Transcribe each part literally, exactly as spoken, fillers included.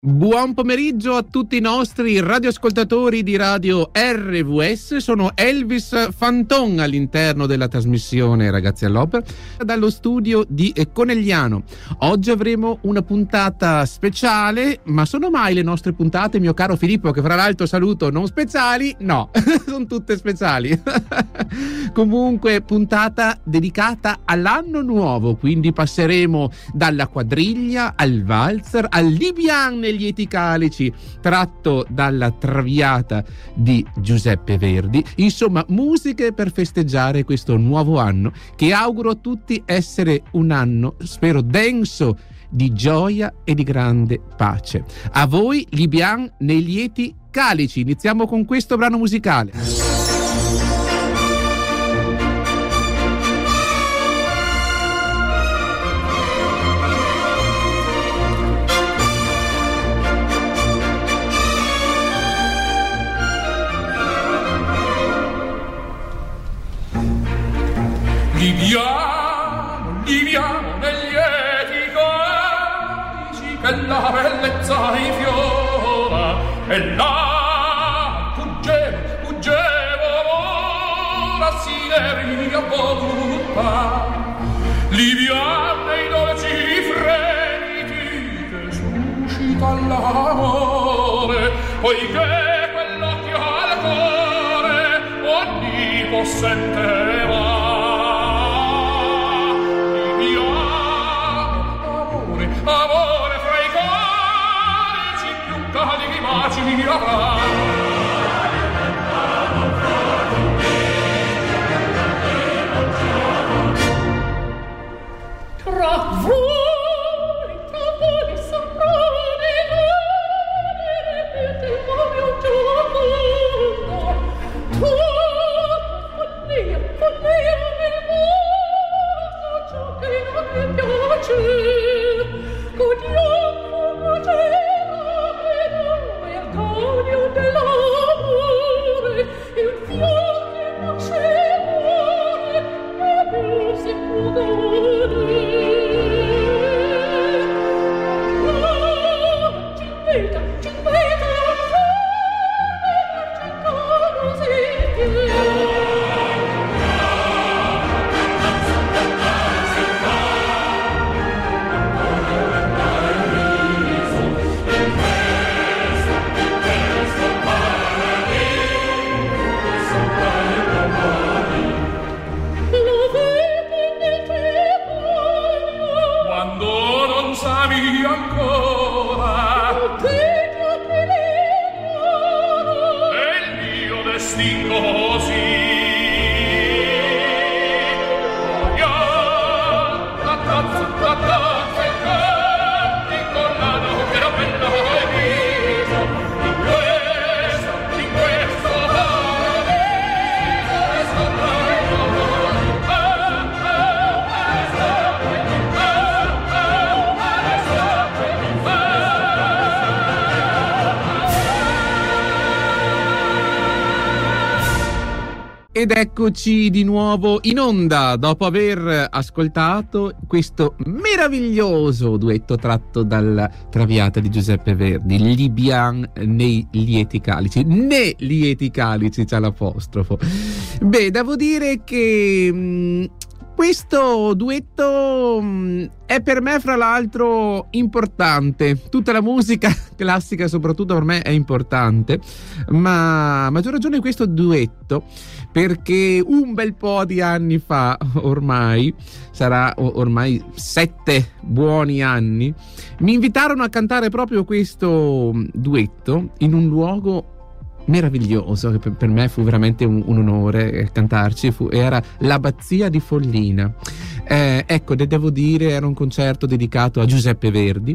Buon pomeriggio a tutti i nostri radioascoltatori di Radio R V S. Sono Elvis Fanton all'interno della trasmissione Ragazzi all'Opera dallo studio di Conegliano. Oggi avremo una puntata speciale, ma sono mai le nostre puntate, mio caro Filippo, che fra l'altro saluto, non speciali? No, sono tutte speciali. Comunque puntata dedicata all'anno nuovo, quindi passeremo dalla quadriglia al valzer, al Libian Lieti Calici, tratto dalla Traviata di Giuseppe Verdi. Insomma, musiche per festeggiare questo nuovo anno, che auguro a tutti essere un anno, spero, denso di gioia e di grande pace. A voi Libian nei Lieti Calici. Iniziamo con questo brano musicale. Viviamo, viviamo negli lieti calici che la bellezza infiora, e là fuggevo, fuggevo ora si ne mia voluta. Liviamo nei dolci fremiti che suscita l'amore, poiché quell'occhio al cuore onnipotente va. Amore fra i calici più caldi baci avrà. Tra voi, tra voi soprani ripete il mio gioco. Tu, follia, follia nel mondo, ciò che non mi piace. Ed eccoci di nuovo in onda dopo aver ascoltato questo meraviglioso duetto tratto dalla Traviata di Giuseppe Verdi, Libian nei Lieti Calici, né Lieti Calici, c'è l'apostrofo. Beh, devo dire che mh, questo duetto mh, è per me fra l'altro importante. Tutta la musica classica soprattutto per me è importante, ma a maggior ragione questo duetto, perché un bel po' di anni fa, ormai sarà ormai sette buoni anni, mi invitarono a cantare proprio questo duetto in un luogo meraviglioso, che per me fu veramente un, un onore cantarci, fu, era l'Abbazia di Follina. Eh, ecco, devo dire, era un concerto dedicato a Giuseppe Verdi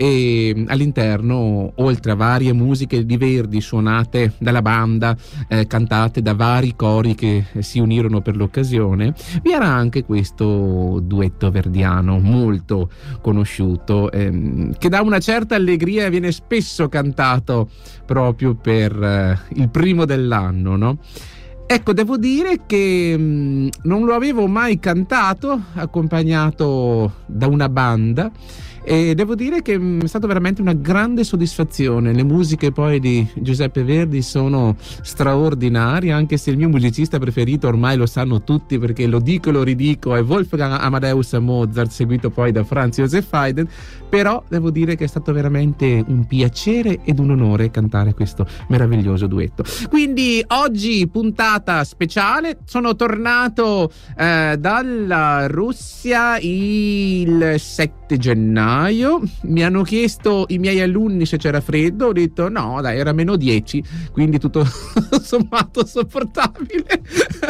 e all'interno, oltre a varie musiche di Verdi suonate dalla banda, eh, cantate da vari cori che si unirono per l'occasione, vi era anche questo duetto verdiano molto conosciuto, ehm, che dà una certa allegria e viene spesso cantato proprio per eh, il primo dell'anno, no? Ecco, devo dire che mh, non lo avevo mai cantato accompagnato da una banda e devo dire che mh, è stata veramente una grande soddisfazione. Le musiche poi di Giuseppe Verdi sono straordinarie, anche se il mio musicista preferito ormai lo sanno tutti perché lo dico e lo ridico, è Wolfgang Amadeus Mozart, seguito poi da Franz Joseph Haydn, però devo dire che è stato veramente un piacere ed un onore cantare questo meraviglioso duetto. Quindi oggi puntata speciale, sono tornato eh, dalla Russia il sette gennaio, mi hanno chiesto i miei alunni se c'era freddo, ho detto no dai, era meno dieci, quindi tutto sommato sopportabile.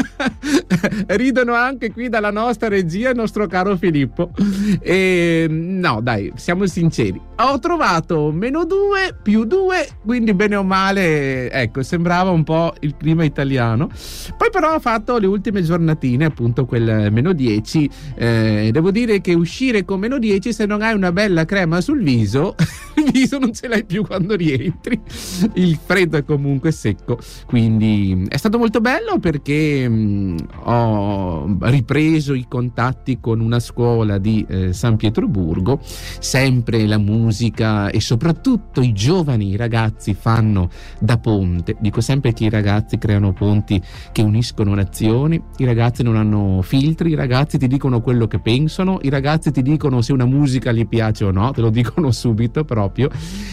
Ridono anche qui dalla nostra regia il nostro caro Filippo. E no dai, siamo sinceri, ho trovato meno due più due, quindi bene o male ecco, sembrava un po' il clima italiano. Poi però ho fatto le ultime giornatine, appunto quel meno dieci. Eh, devo dire che uscire con meno dieci, se non hai una bella crema sul viso, il viso non ce l'hai più quando rientri, il freddo è comunque secco. Quindi è stato molto bello perché mh, ho ripreso i contatti con una scuola di eh, San Pietroburgo. Sempre la musica e soprattutto i giovani, i ragazzi fanno da ponte. Dico sempre che i ragazzi creano ponti che uniscono nazioni, i ragazzi non hanno filtri, i ragazzi ti dicono quello che pensano, i ragazzi ti dicono se una musica gli piace o no, te lo dicono subito proprio.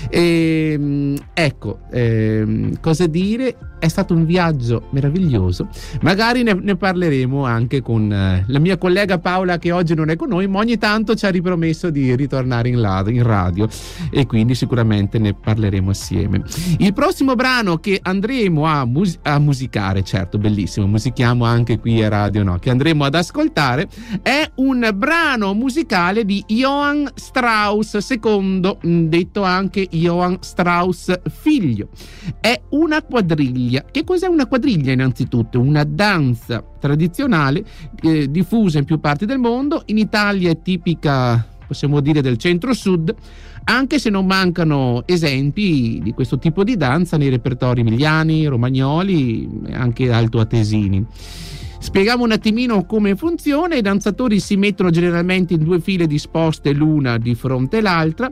E ecco, ehm, cosa dire, è stato un viaggio meraviglioso, magari ne, ne parleremo anche con eh, la mia collega Paola che oggi non è con noi, ma ogni tanto ci ha ripromesso di ritornare in, la, in radio e quindi sicuramente ne parleremo assieme. Il prossimo brano che andremo a, mus- a musicare, certo bellissimo, musichiamo anche qui a radio, no, che andremo ad ascoltare è un brano musicale di Johann Strauss secondo, detto anche Johann Strauss figlio. È una quadriglia. Che cos'è una quadriglia innanzitutto? Una danza tradizionale eh, diffusa in più parti del mondo. In Italia è tipica, possiamo dire, del centro-sud, anche se non mancano esempi di questo tipo di danza nei repertori emiliani, romagnoli e anche altoatesini. Spieghiamo un attimino come funziona. I danzatori si mettono generalmente in due file disposte l'una di fronte all'altra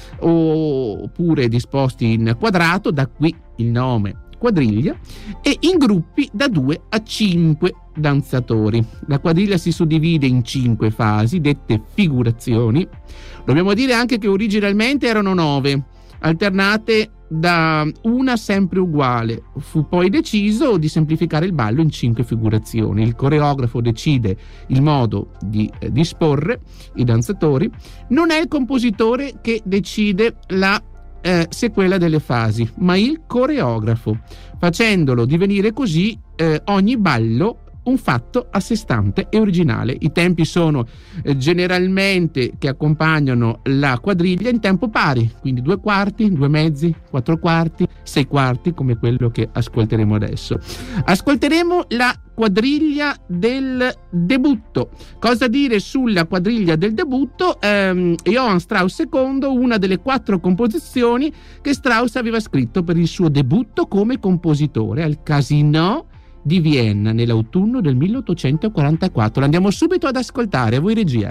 oppure disposti in quadrato, da qui il nome quadriglia, e in gruppi da due a cinque danzatori. La quadriglia si suddivide in cinque fasi, dette figurazioni. Dobbiamo dire anche che originalmente erano nove, alternate da una sempre uguale. Fu poi deciso di semplificare il ballo in cinque figurazioni. Il coreografo decide il modo di eh, disporre i danzatori. Non è il compositore che decide la Eh, sequela delle fasi, ma il coreografo, facendolo divenire così eh, ogni ballo un fatto a sé stante e originale. I tempi sono eh, generalmente che accompagnano la quadriglia in tempo pari, quindi due quarti, due mezzi, quattro quarti, sei quarti, come quello che ascolteremo adesso. Ascolteremo la quadriglia del debutto. Cosa dire sulla quadriglia del debutto? Ehm, Johann Strauss secondo, una delle quattro composizioni che Strauss aveva scritto per il suo debutto come compositore al Casino di Vienna nell'autunno del milleottocentoquarantaquattro. Andiamo subito ad ascoltare, a voi regia.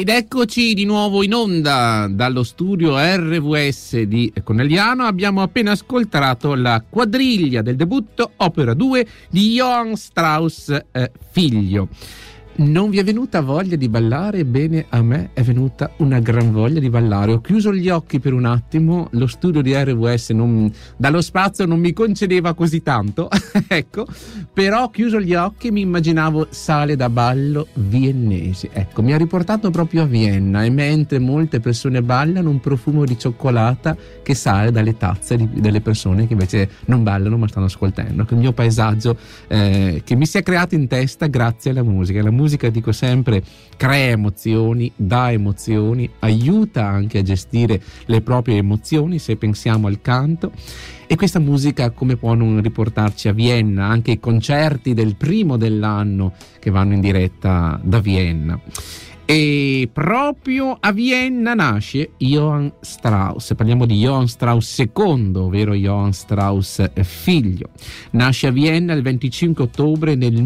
Ed eccoci di nuovo in onda dallo studio R V S di Conegliano. Abbiamo appena ascoltato la quadriglia del debutto, opera due di Johann Strauss eh, figlio. Non vi è venuta voglia di ballare? Bene, a me è venuta una gran voglia di ballare. Ho chiuso gli occhi per un attimo, lo studio di R V S non, dallo spazio non mi concedeva così tanto, ecco, però ho chiuso gli occhi e mi immaginavo sale da ballo viennesi. Ecco, mi ha riportato proprio a Vienna, e mentre molte persone ballano, un profumo di cioccolata che sale dalle tazze di, delle persone che invece non ballano ma stanno ascoltando. Il mio paesaggio eh, che mi si è creato in testa grazie alla musica. La musica musica, dico sempre, crea emozioni, dà emozioni, aiuta anche a gestire le proprie emozioni se pensiamo al canto. E questa musica come può non riportarci a Vienna, anche i concerti del primo dell'anno che vanno in diretta da Vienna. E proprio a Vienna nasce Johann Strauss. Parliamo di Johann Strauss secondo, ovvero Johann Strauss figlio. Nasce a Vienna il venticinque ottobre del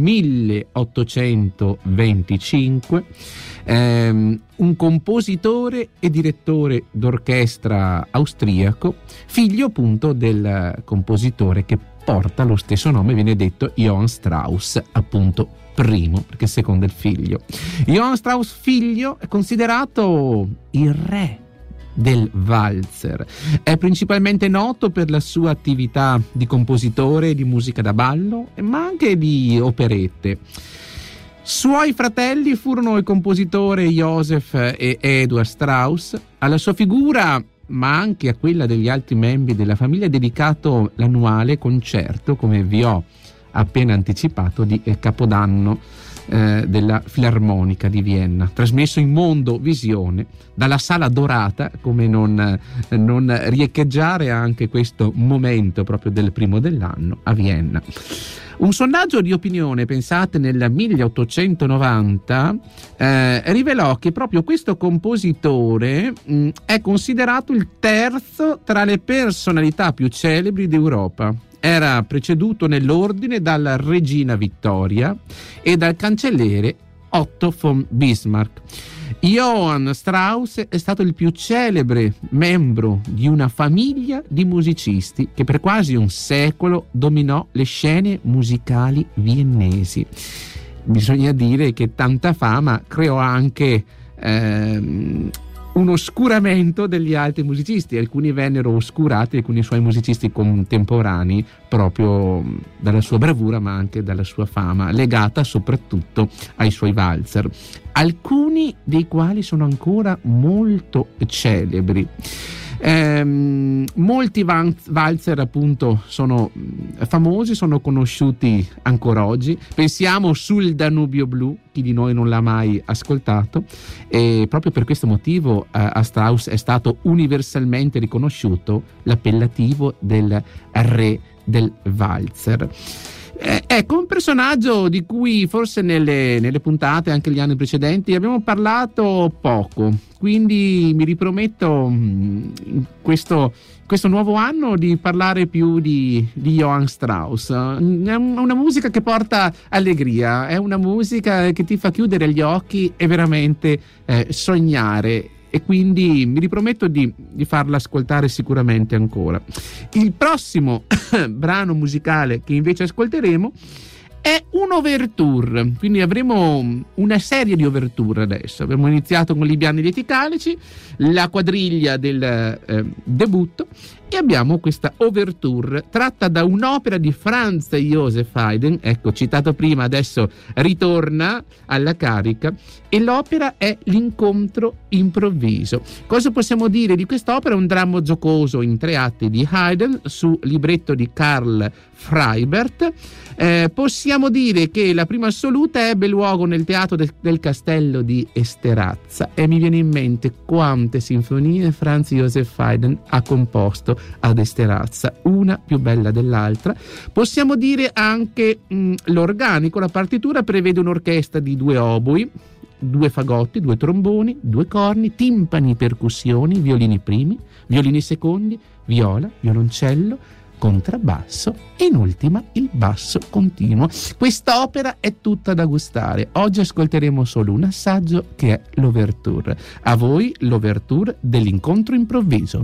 milleottocentoventicinque. Um, un compositore e direttore d'orchestra austriaco, figlio appunto del compositore che porta lo stesso nome, viene detto Johann Strauss appunto primo, perché secondo è il figlio. Johann Strauss figlio è considerato il re del valzer. È principalmente noto per la sua attività di compositore di musica da ballo, ma anche di operette. Suoi fratelli furono il compositore Joseph e Edward Strauss. Alla sua figura, ma anche a quella degli altri membri della famiglia, è dedicato l'annuale concerto, come vi ho appena anticipato, di Capodanno eh, della Filarmonica di Vienna, trasmesso in Mondovisione dalla Sala Dorata. Come non, non riecheggiare anche questo momento proprio del primo dell'anno a Vienna. Un sondaggio di opinione, pensate, nel milleottocentonovanta eh, rivelò che proprio questo compositore mh, è considerato il terzo tra le personalità più celebri d'Europa. Era preceduto nell'ordine dalla regina Vittoria e dal cancelliere Otto von Bismarck. Johann Strauss è stato il più celebre membro di una famiglia di musicisti che per quasi un secolo dominò le scene musicali viennesi. Bisogna dire che tanta fama creò anche ehm, un oscuramento degli altri musicisti. Alcuni vennero oscurati, alcuni suoi musicisti contemporanei, proprio dalla sua bravura ma anche dalla sua fama, legata soprattutto ai suoi valzer, alcuni dei quali sono ancora molto celebri. Ehm, molti valzer appunto sono famosi, sono conosciuti ancora oggi. Pensiamo Sul Danubio Blu, chi di noi non l'ha mai ascoltato, e proprio per questo motivo eh, a Strauss è stato universalmente riconosciuto l'appellativo del re del valzer. Eh, ecco, un personaggio di cui forse nelle, nelle puntate, anche gli anni precedenti, abbiamo parlato poco, quindi mi riprometto mh, in questo, questo nuovo anno di parlare più di, di Johann Strauss. È una musica che porta allegria, è una musica che ti fa chiudere gli occhi e veramente eh, sognare. E quindi mi riprometto di, di farla ascoltare sicuramente ancora. Il prossimo brano musicale che invece ascolteremo è un overture, quindi avremo una serie di overture adesso. Abbiamo iniziato con Libiani Lieti Calici, la quadriglia del eh, debutto, e abbiamo questa overture tratta da un'opera di Franz Joseph Haydn, ecco, citato prima, adesso ritorna alla carica, e l'opera è L'incontro improvviso. Cosa possiamo dire di quest'opera? Un dramma giocoso in tre atti di Haydn su libretto di Karl Freibert. Eh, possiamo dire che la prima assoluta ebbe luogo nel teatro de- del castello di Esterháza, e mi viene in mente quante sinfonie Franz Joseph Haydn ha composto ad Esterháza, una più bella dell'altra. Possiamo dire anche mh, l'organico. La partitura prevede un'orchestra di due oboi, due fagotti, due tromboni, due corni, timpani, percussioni, violini primi, violini secondi, viola, violoncello, contrabbasso e in ultima il basso continuo. Quest'opera è tutta da gustare. Oggi ascolteremo solo un assaggio che è l'ouverture. A voi l'ouverture dell'incontro improvviso.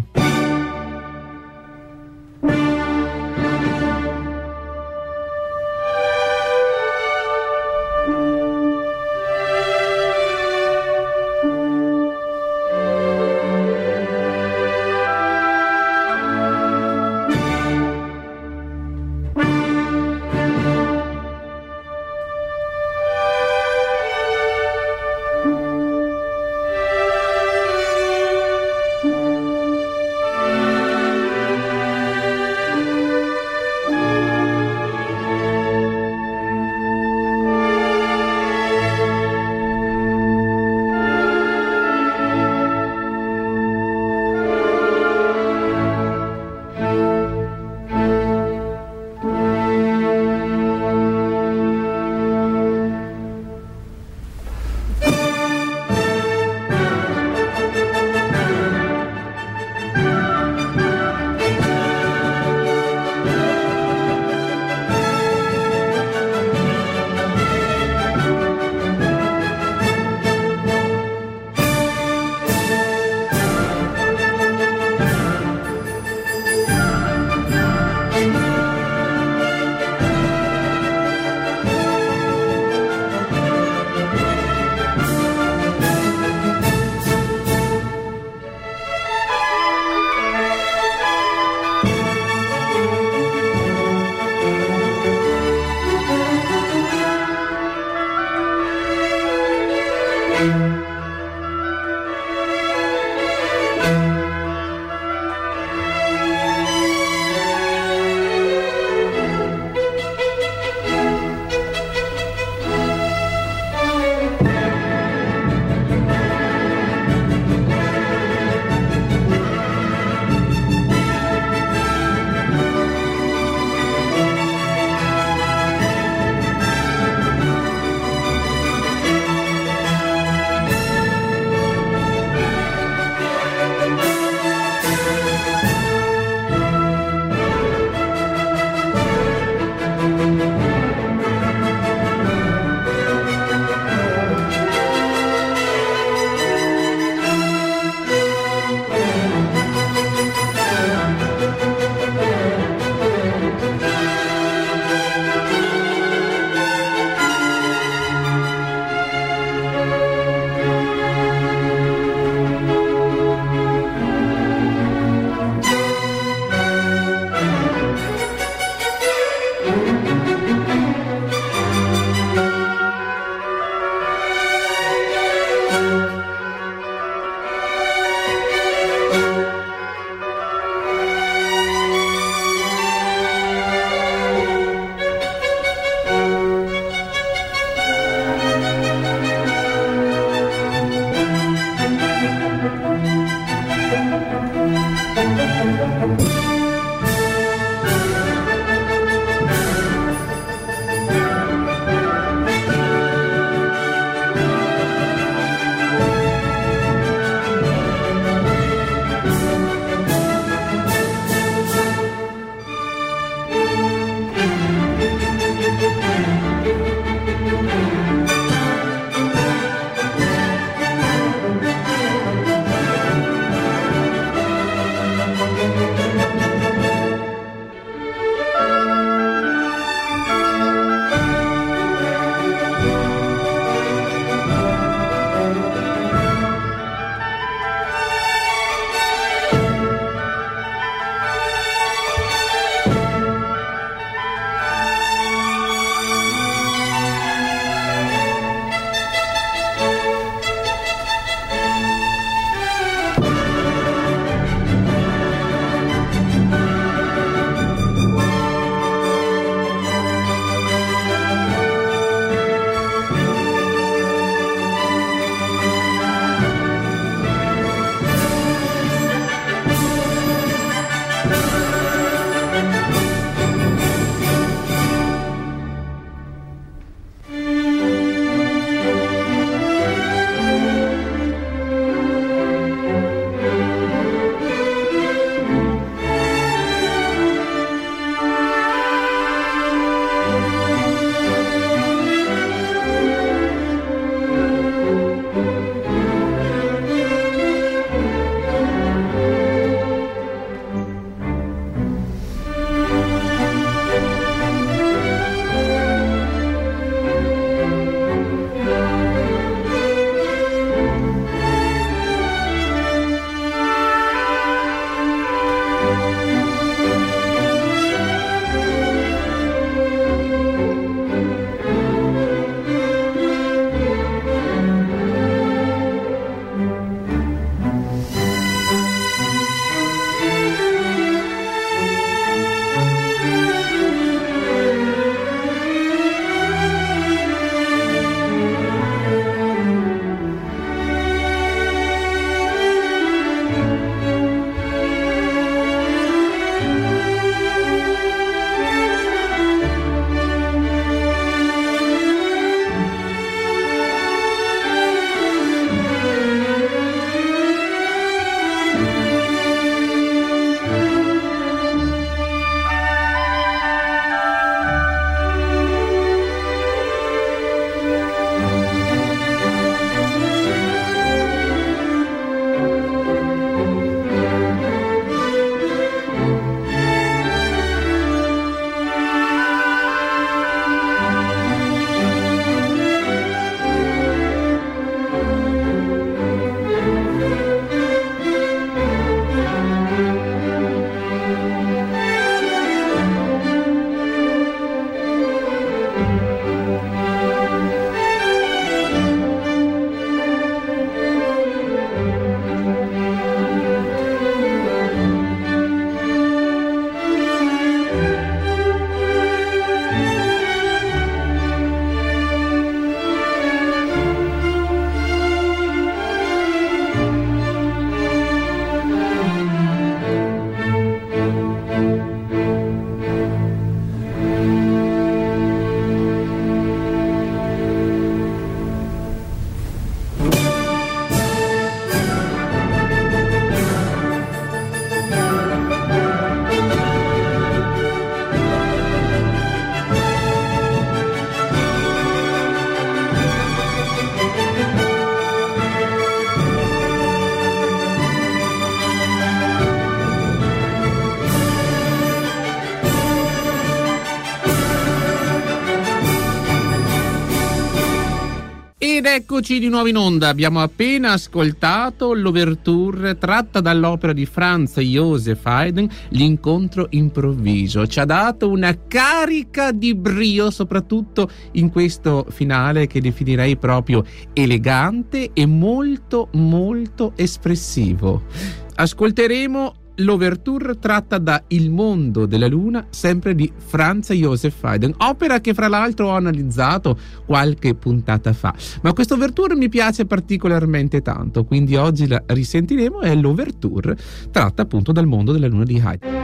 eccoci di nuovo in onda. Abbiamo appena ascoltato l'ouverture tratta dall'opera di Franz Joseph Haydn, L'incontro improvviso. Ci ha dato una carica di brio, soprattutto in questo finale che definirei proprio elegante e molto molto espressivo. Ascolteremo l'ouverture tratta da Il mondo della luna, sempre di Franz Joseph Haydn, opera che fra l'altro ho analizzato qualche puntata fa, ma questa ouverture mi piace particolarmente tanto, quindi oggi la risentiremo. È l'ouverture tratta appunto dal mondo della luna di Haydn.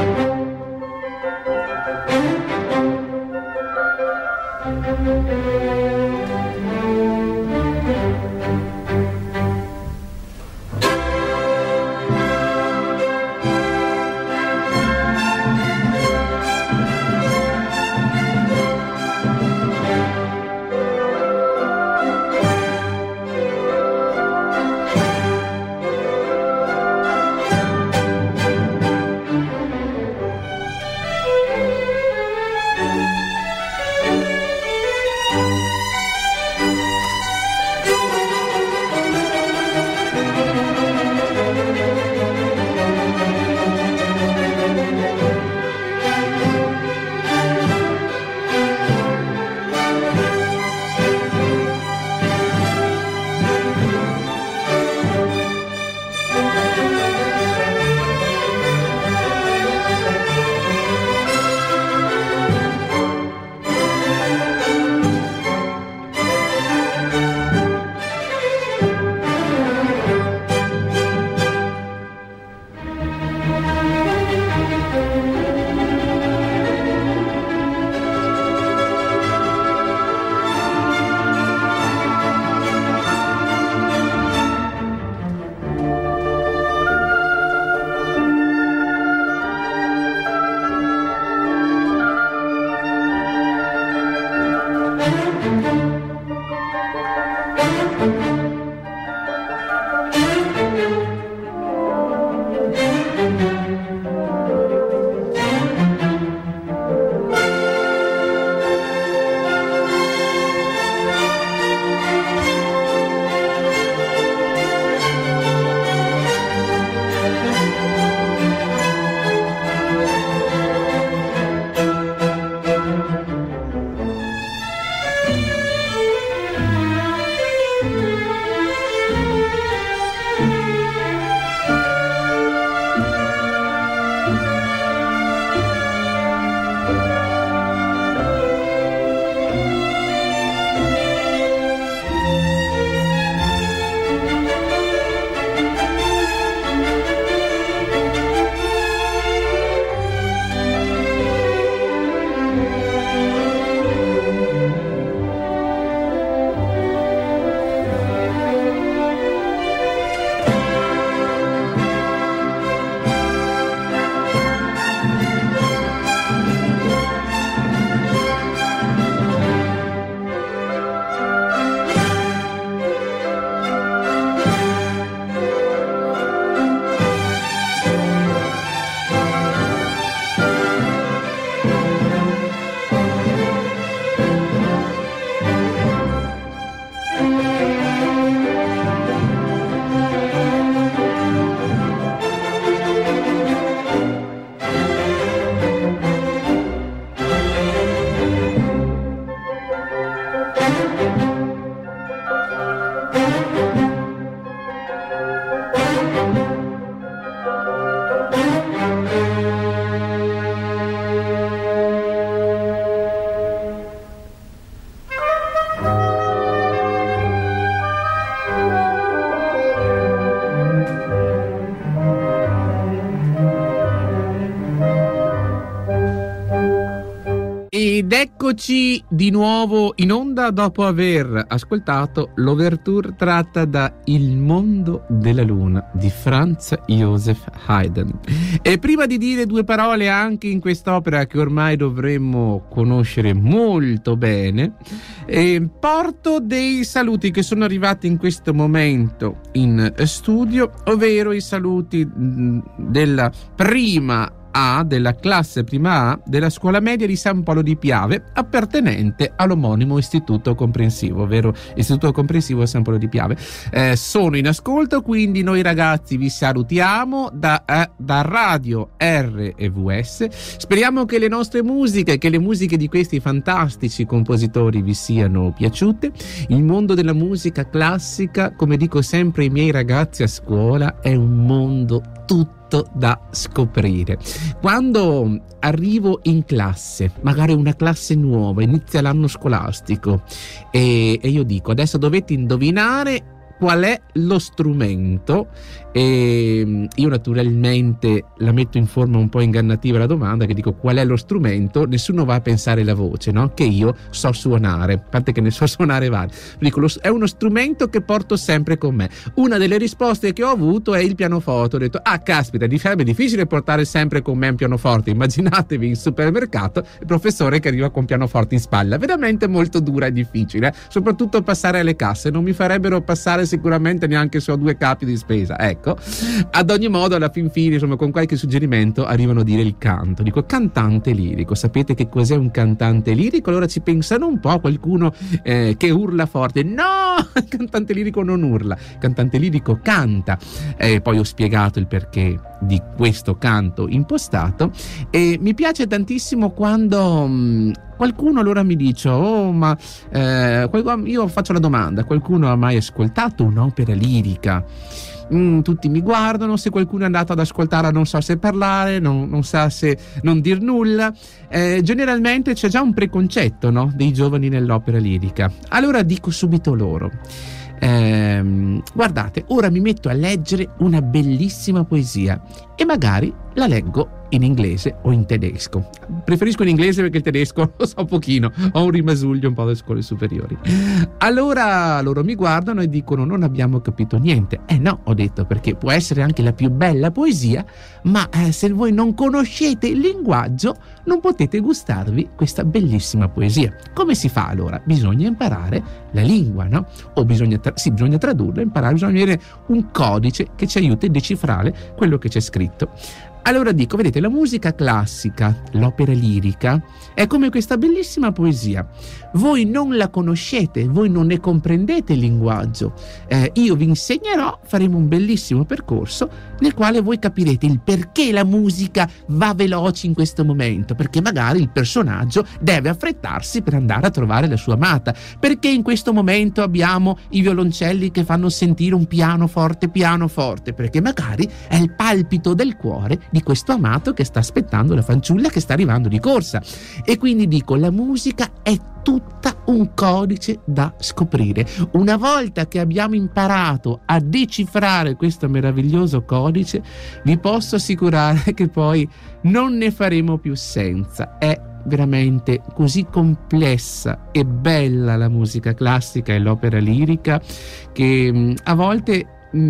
Thank you. Eccoci di nuovo in onda dopo aver ascoltato l'ouverture tratta da Il mondo della luna di Franz Joseph Haydn. E prima di dire due parole anche in quest'opera che ormai dovremmo conoscere molto bene, eh, porto dei saluti che sono arrivati in questo momento in studio, ovvero i saluti mh, della prima A, della classe prima A della scuola media di San Polo di Piave, appartenente all'omonimo istituto comprensivo, ovvero istituto comprensivo San Polo di Piave. Eh, sono in ascolto, quindi noi ragazzi vi salutiamo da, eh, da Radio R E V S. Speriamo che le nostre musiche, che le musiche di questi fantastici compositori vi siano piaciute. Il mondo della musica classica, come dico sempre ai miei ragazzi a scuola, è un mondo tutto da scoprire. Quando arrivo in classe, magari una classe nuova, inizia l'anno scolastico, e, e io dico adesso dovete indovinare qual è lo strumento, e io naturalmente la metto in forma un po' ingannativa la domanda, che dico qual è lo strumento, nessuno va a pensare la voce, no? Che io so suonare, a parte che ne so suonare vari. Dico, lo, è uno strumento che porto sempre con me. Una delle risposte che ho avuto è il pianoforte. Ho detto, ah caspita, è difficile portare sempre con me un pianoforte. Immaginatevi in supermercato il professore che arriva con pianoforte in spalla, veramente molto dura e difficile, eh? Soprattutto passare alle casse, non mi farebbero passare sicuramente neanche se ho due capi di spesa, ecco. Ad ogni modo, alla fin fine, insomma, con qualche suggerimento arrivano a dire il canto. Dico cantante lirico. Sapete che cos'è un cantante lirico? Allora ci pensano un po', qualcuno eh, che urla forte. No, il cantante lirico non urla, il cantante lirico canta. E poi ho spiegato il perché di questo canto impostato, e mi piace tantissimo quando mh, qualcuno allora mi dice, oh ma eh, io faccio la domanda, qualcuno ha mai ascoltato un'opera lirica? Mm, tutti mi guardano, se qualcuno è andato ad ascoltarla non sa se parlare, non, non sa se non dir nulla. Eh, generalmente c'è già un preconcetto, no, dei giovani nell'opera lirica. Allora dico subito loro, ehm, guardate, ora mi metto a leggere una bellissima poesia e magari la leggo in inglese o in tedesco. Preferisco in inglese perché il tedesco lo so pochino, ho un rimasuglio un po' dalle scuole superiori. Allora loro mi guardano e dicono non abbiamo capito niente. Eh no, ho detto, perché può essere anche la più bella poesia, ma eh, se voi non conoscete il linguaggio non potete gustarvi questa bellissima poesia. Come si fa allora? Bisogna imparare la lingua, no? O bisogna, tra- sì, bisogna tradurla, imparare, bisogna avere un codice che ci aiuti a decifrare quello che c'è scritto. Allora dico, vedete, la musica classica, l'opera lirica, è come questa bellissima poesia. Voi non la conoscete, voi non ne comprendete il linguaggio. Eh, io vi insegnerò, faremo un bellissimo percorso nel quale voi capirete il perché la musica va veloce in questo momento, perché magari il personaggio deve affrettarsi per andare a trovare la sua amata, perché in questo momento abbiamo i violoncelli che fanno sentire un piano forte, piano forte, perché magari è il palpito del cuore di questo amato che sta aspettando la fanciulla che sta arrivando di corsa. E quindi dico, la musica è tutta un codice da scoprire. Una volta che abbiamo imparato a decifrare questo meraviglioso codice, vi posso assicurare che poi non ne faremo più senza. È veramente così complessa e bella la musica classica e l'opera lirica che mh, a volte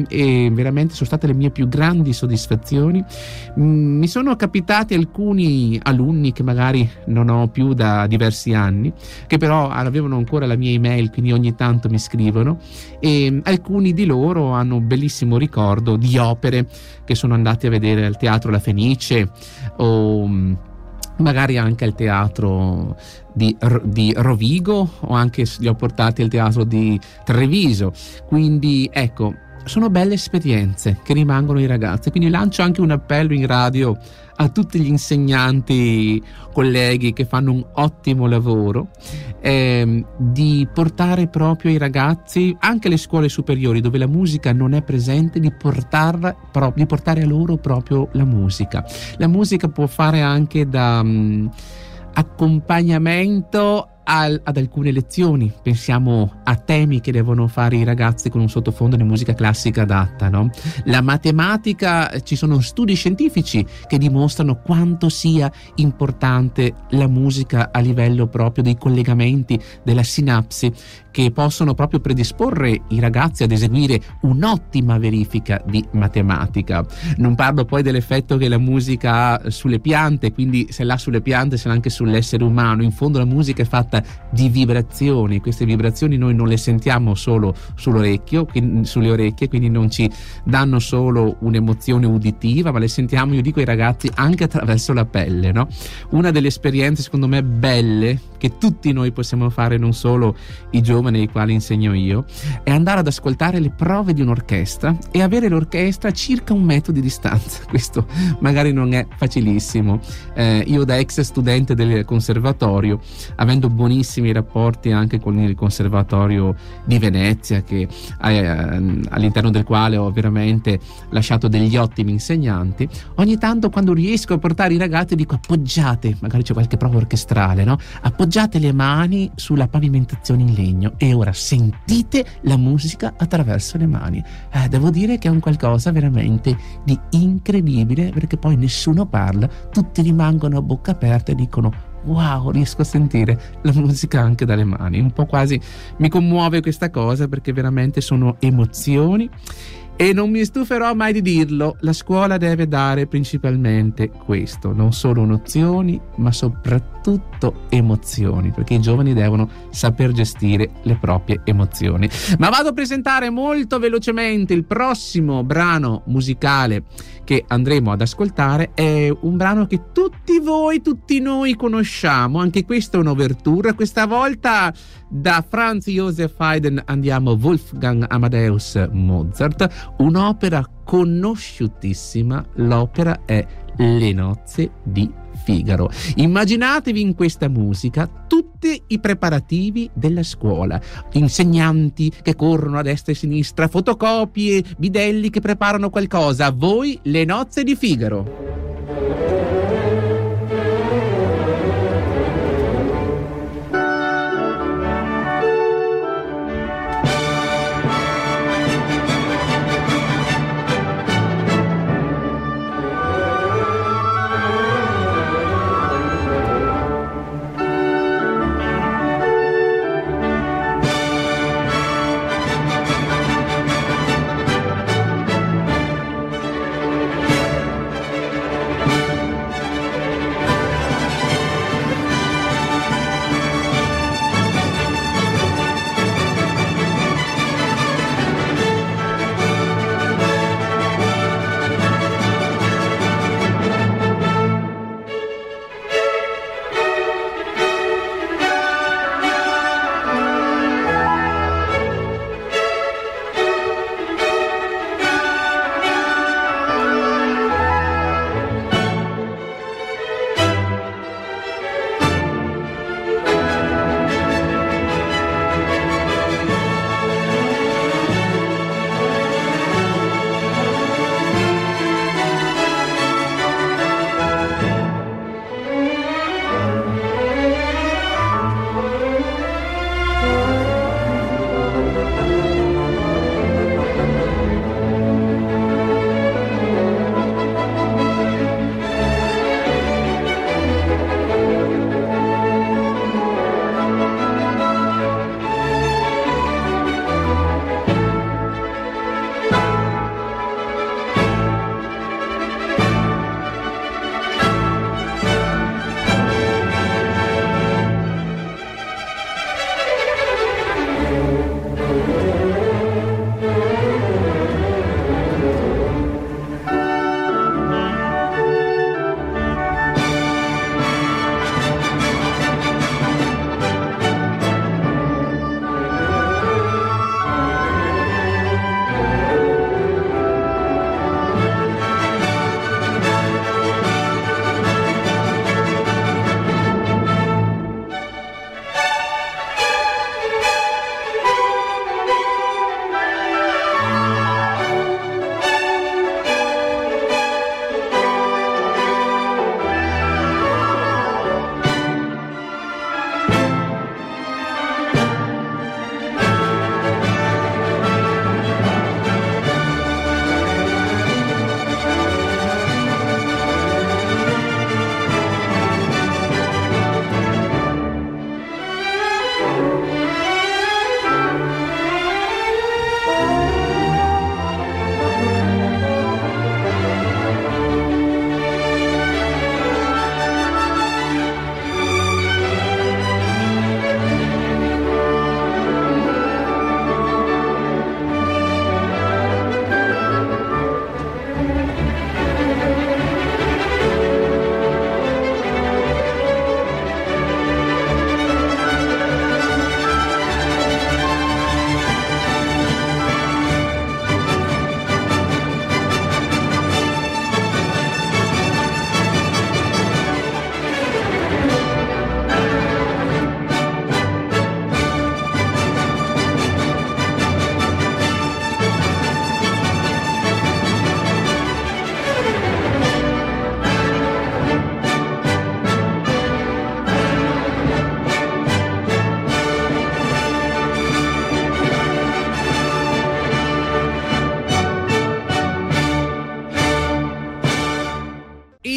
e veramente sono state le mie più grandi soddisfazioni. Mi sono capitati alcuni alunni che magari non ho più da diversi anni, che però avevano ancora la mia email, quindi ogni tanto mi scrivono, e alcuni di loro hanno un bellissimo ricordo di opere che sono andati a vedere al Teatro La Fenice o magari anche al teatro di, di Rovigo, o anche li ho portati al teatro di Treviso. Quindi ecco, sono belle esperienze che rimangono ai ragazzi, quindi lancio anche un appello in radio a tutti gli insegnanti, colleghi che fanno un ottimo lavoro, ehm, di portare proprio ai ragazzi, anche alle scuole superiori dove la musica non è presente, di portarla, pro, di portare a loro proprio la musica. La musica può fare anche da mh, accompagnamento al, ad alcune lezioni, pensiamo a temi che devono fare i ragazzi con un sottofondo di musica classica adatta, no? La matematica, ci sono studi scientifici che dimostrano quanto sia importante la musica a livello proprio dei collegamenti, della sinapsi, che possono proprio predisporre i ragazzi ad eseguire un'ottima verifica di matematica. Non parlo poi dell'effetto che la musica ha sulle piante, quindi se l'ha sulle piante se l'ha anche sull'essere umano. In fondo la musica è fatta di vibrazioni, queste vibrazioni noi non le sentiamo solo sull'orecchio, sulle orecchie, quindi non ci danno solo un'emozione uditiva, ma le sentiamo, io dico ai ragazzi, anche attraverso la pelle, no? Una delle esperienze secondo me belle che tutti noi possiamo fare, non solo i giovani ai quali insegno io, è andare ad ascoltare le prove di un'orchestra e avere l'orchestra a circa un metro di distanza. Questo magari non è facilissimo. Eh, io da ex studente del conservatorio, avendo buonissimi rapporti anche con il conservatorio di Venezia, che eh, all'interno del quale ho veramente lasciato degli ottimi insegnanti, ogni tanto quando riesco a portare i ragazzi dico: appoggiate, magari c'è qualche prova orchestrale, no? Appoggiate le mani sulla pavimentazione in legno e ora sentite la musica attraverso le mani. Eh, devo dire che è un qualcosa veramente di incredibile, perché poi nessuno parla, tutti rimangono a bocca aperta e dicono: wow, riesco a sentire la musica anche dalle mani. Un po' quasi mi commuove questa cosa, perché veramente sono emozioni. E non mi stuferò mai di dirlo, la scuola deve dare principalmente questo, non solo nozioni, ma soprattutto emozioni, perché i giovani devono saper gestire le proprie emozioni. Ma vado a presentare molto velocemente il prossimo brano musicale che andremo ad ascoltare. È un brano che tutti voi, tutti noi conosciamo, anche questa è un'ouverture, questa volta da Franz Joseph Haydn andiamo Wolfgang Amadeus Mozart, un'opera conosciutissima, l'opera è Le nozze di Figaro. Immaginatevi in questa musica tutti i preparativi della scuola, insegnanti che corrono a destra e a sinistra, fotocopie, bidelli che preparano qualcosa, a voi Le nozze di Figaro.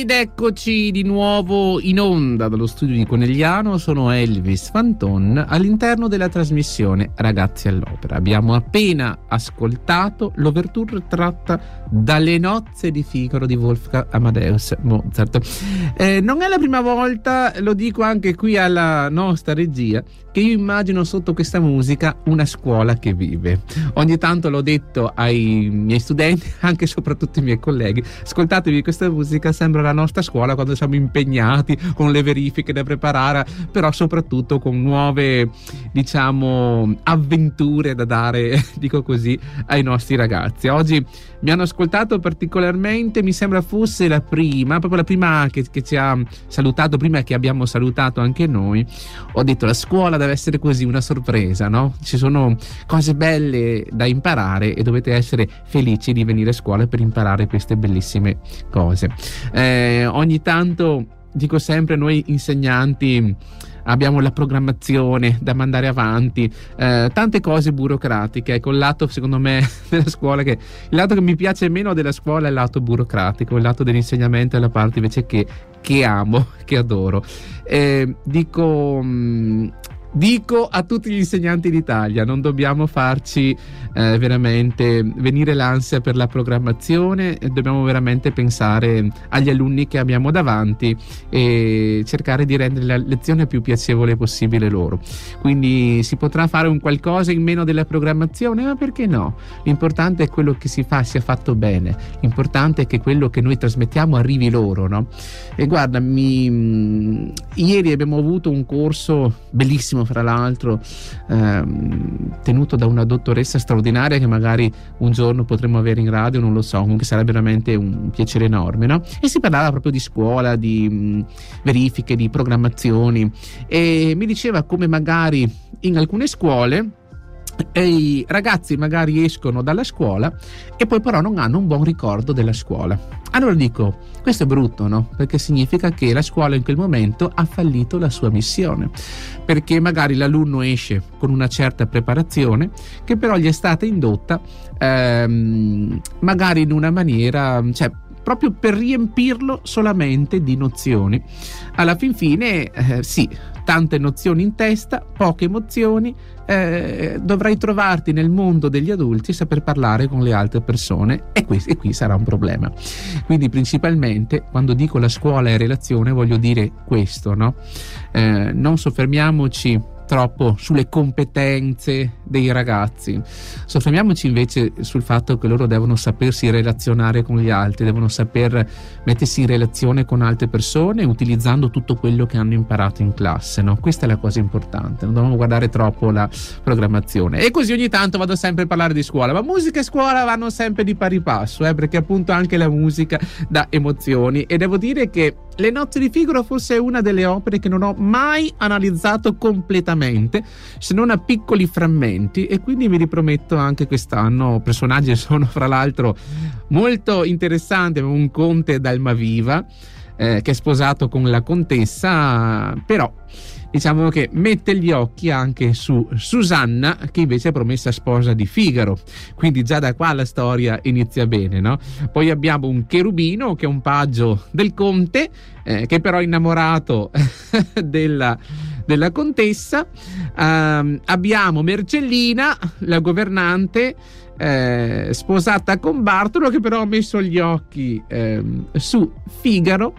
Ed eccoci di nuovo in onda dallo studio di Conegliano. Sono Elvis Fanton all'interno della trasmissione Ragazzi all'Opera. Abbiamo appena ascoltato l'ouverture tratta dalle nozze di Figaro di Wolfgang Amadeus Mozart. Eh, non è la prima volta, lo dico anche qui alla nostra regia, che io immagino sotto questa musica una scuola che vive. Ogni tanto l'ho detto ai miei studenti, anche e soprattutto ai miei colleghi: ascoltatevi questa musica, sembra la nostra scuola quando siamo impegnati con le verifiche da preparare, però soprattutto con nuove, diciamo, avventure da dare, dico così, ai nostri ragazzi. Oggi mi hanno ascoltato particolarmente, mi sembra fosse la prima, proprio la prima che, che ci ha salutato, prima che abbiamo salutato anche noi. Ho detto: la scuola deve essere così, una sorpresa, no? Ci sono cose belle da imparare e dovete essere felici di venire a scuola per imparare queste bellissime cose. Eh, ogni tanto, dico sempre, noi insegnanti abbiamo la programmazione da mandare avanti, eh, tante cose burocratiche. Ecco, il lato, secondo me, della scuola, che il lato che mi piace meno della scuola è il lato burocratico, il lato dell'insegnamento è la parte invece che, che amo, che adoro. Eh, dico... Mh, Dico a tutti gli insegnanti d'Italia: non dobbiamo farci eh, veramente venire l'ansia per la programmazione, dobbiamo veramente pensare agli alunni che abbiamo davanti e cercare di rendere la lezione più piacevole possibile loro. Quindi si potrà fare un qualcosa in meno della programmazione, ma perché no? L'importante è quello che si fa sia fatto bene, l'importante è che quello che noi trasmettiamo arrivi loro, no? E guarda, mi... ieri abbiamo avuto un corso bellissimo, fra l'altro, ehm, tenuto da una dottoressa straordinaria che magari un giorno potremo avere in radio, non lo so, comunque sarebbe veramente un piacere enorme, no? E si parlava proprio di scuola, di mh, verifiche, di programmazioni, e mi diceva come magari in alcune scuole e i ragazzi magari escono dalla scuola e poi però non hanno un buon ricordo della scuola. Allora dico, questo è brutto, no? Perché significa che la scuola in quel momento ha fallito la sua missione, perché magari l'alunno esce con una certa preparazione che però gli è stata indotta ehm, magari in una maniera, cioè proprio per riempirlo solamente di nozioni. Alla fin fine eh, sì, tante nozioni in testa, poche emozioni, eh, dovrai trovarti nel mondo degli adulti e saper parlare con le altre persone, e qui, e qui sarà un problema. Quindi principalmente quando dico la scuola è relazione voglio dire questo, no? Eh, non soffermiamoci troppo sulle competenze dei ragazzi, soffermiamoci invece sul fatto che loro devono sapersi relazionare con gli altri, devono saper mettersi in relazione con altre persone utilizzando tutto quello che hanno imparato in classe, no? Questa è la cosa importante, non dobbiamo guardare troppo la programmazione. E così ogni tanto vado sempre a parlare di scuola, ma musica e scuola vanno sempre di pari passo, eh, perché appunto anche la musica dà emozioni, e devo dire che Le nozze di Figaro forse è una delle opere che non ho mai analizzato completamente, se non a piccoli frammenti, e quindi mi riprometto anche quest'anno. Personaggi sono fra l'altro molto interessanti, un conte d'Almaviva eh, che è sposato con la contessa, però diciamo che mette gli occhi anche su Susanna, che invece è promessa sposa di Figaro, quindi già da qua la storia inizia bene, no? Poi abbiamo un cherubino che è un paggio del conte, eh, che però è innamorato della, della contessa. Um, abbiamo Mercellina, la governante, eh, sposata con Bartolo, che però ha messo gli occhi eh, su Figaro,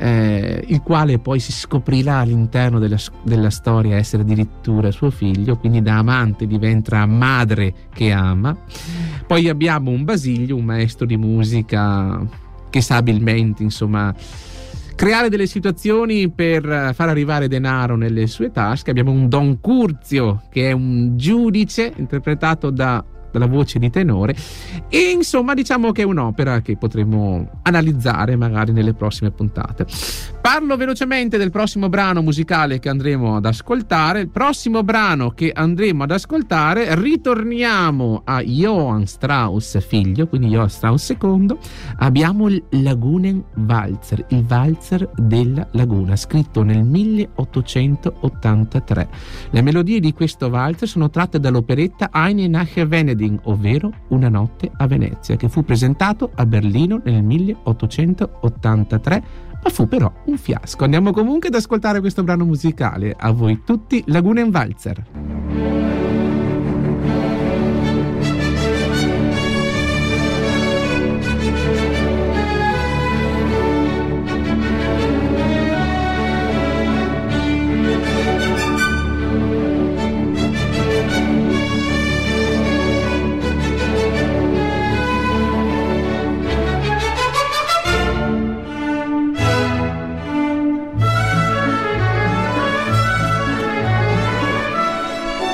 Eh, il quale poi si scoprirà all'interno della, della storia essere addirittura suo figlio, quindi da amante diventa madre che ama. Poi abbiamo un Basilio, un maestro di musica che sa abilmente, insomma, creare delle situazioni per far arrivare denaro nelle sue tasche. Abbiamo un Don Curzio che è un giudice interpretato da dalla voce di tenore, e insomma diciamo che è un'opera che potremo analizzare magari nelle prossime puntate. Parlo velocemente del prossimo brano musicale che andremo ad ascoltare. Il prossimo brano che andremo ad ascoltare, ritorniamo a Johann Strauss figlio, quindi Johann Strauss secondo. Abbiamo il Lagunen Walzer, il valzer della laguna, scritto nel milleottocentottantatré. Le melodie di questo valzer sono tratte dall'operetta Eine Nacht Venedig, ovvero Una notte a Venezia, che fu presentato a Berlino nel milleottocentottantatré ma fu però un fiasco. Andiamo comunque ad ascoltare questo brano musicale. A voi tutti, Lagunenwalzer. Thank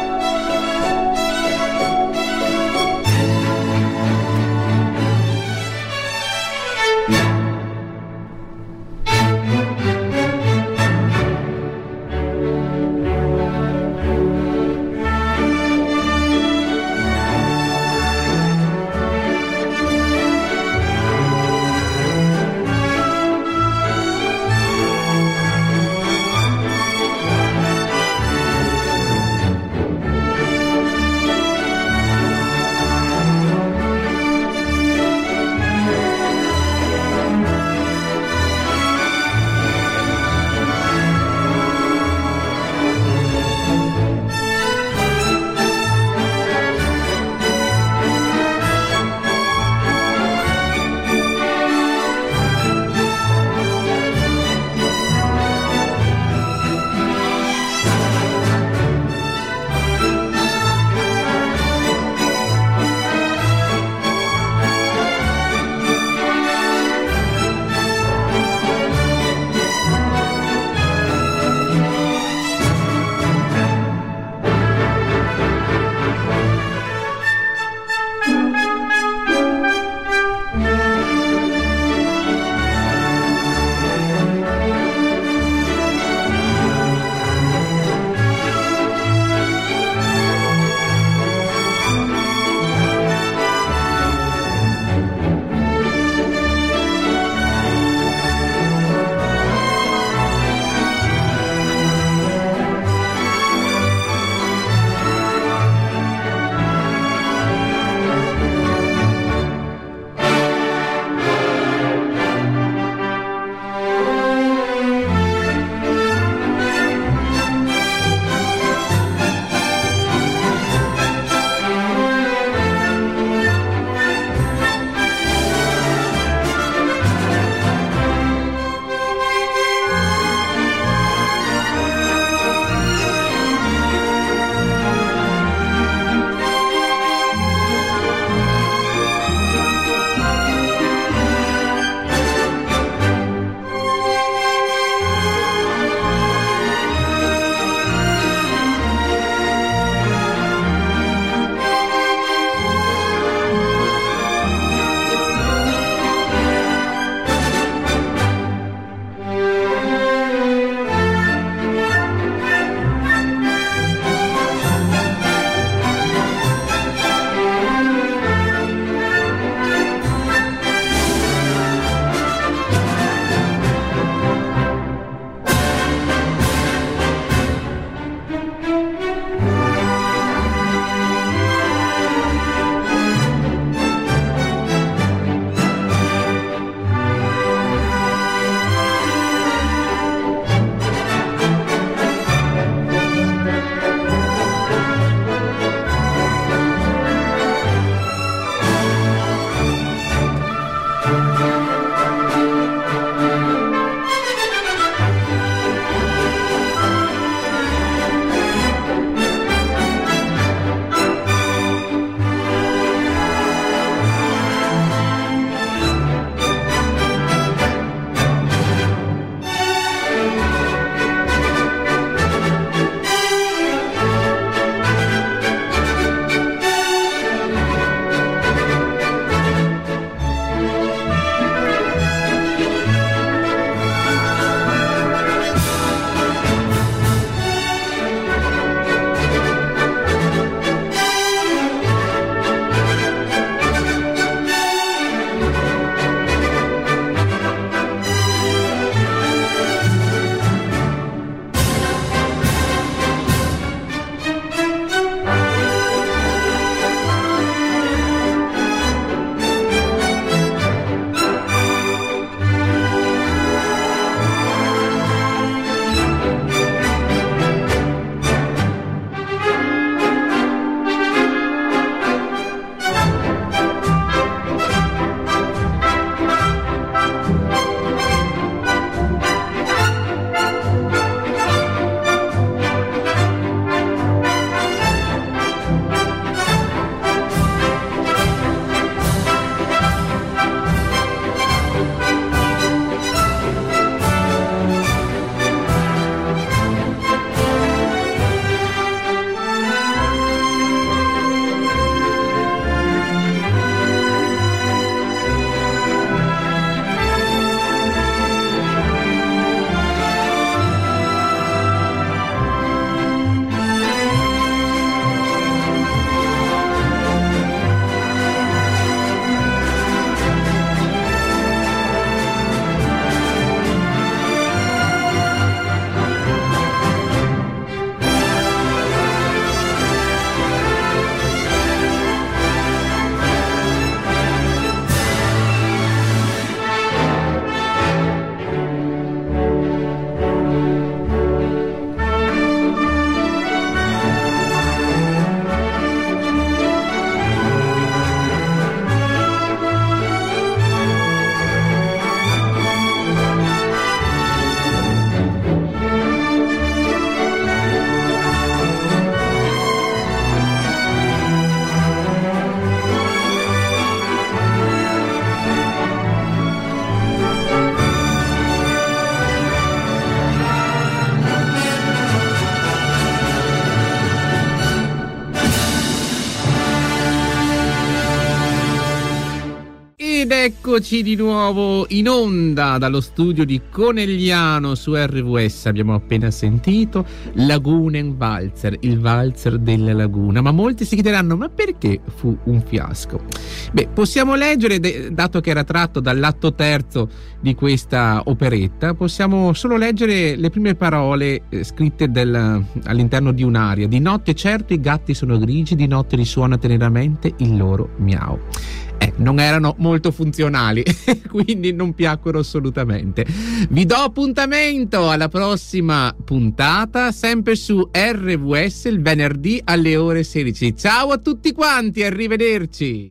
Ed eccoci di nuovo in onda dallo studio di Conegliano su R V S. Abbiamo appena sentito Lagunenwalzer, il valzer della laguna. Ma molti si chiederanno: ma perché fu un fiasco? Beh, possiamo leggere, dato che era tratto dall'atto terzo di questa operetta, possiamo solo leggere le prime parole eh, scritte del, all'interno di un'aria. Di notte certo i gatti sono grigi, di notte risuona teneramente il loro miau. Eh, non erano molto funzionali, quindi non piacquero assolutamente. Vi do appuntamento alla prossima puntata, sempre su R V S, il venerdì alle ore sedici. Ciao a tutti quanti, arrivederci.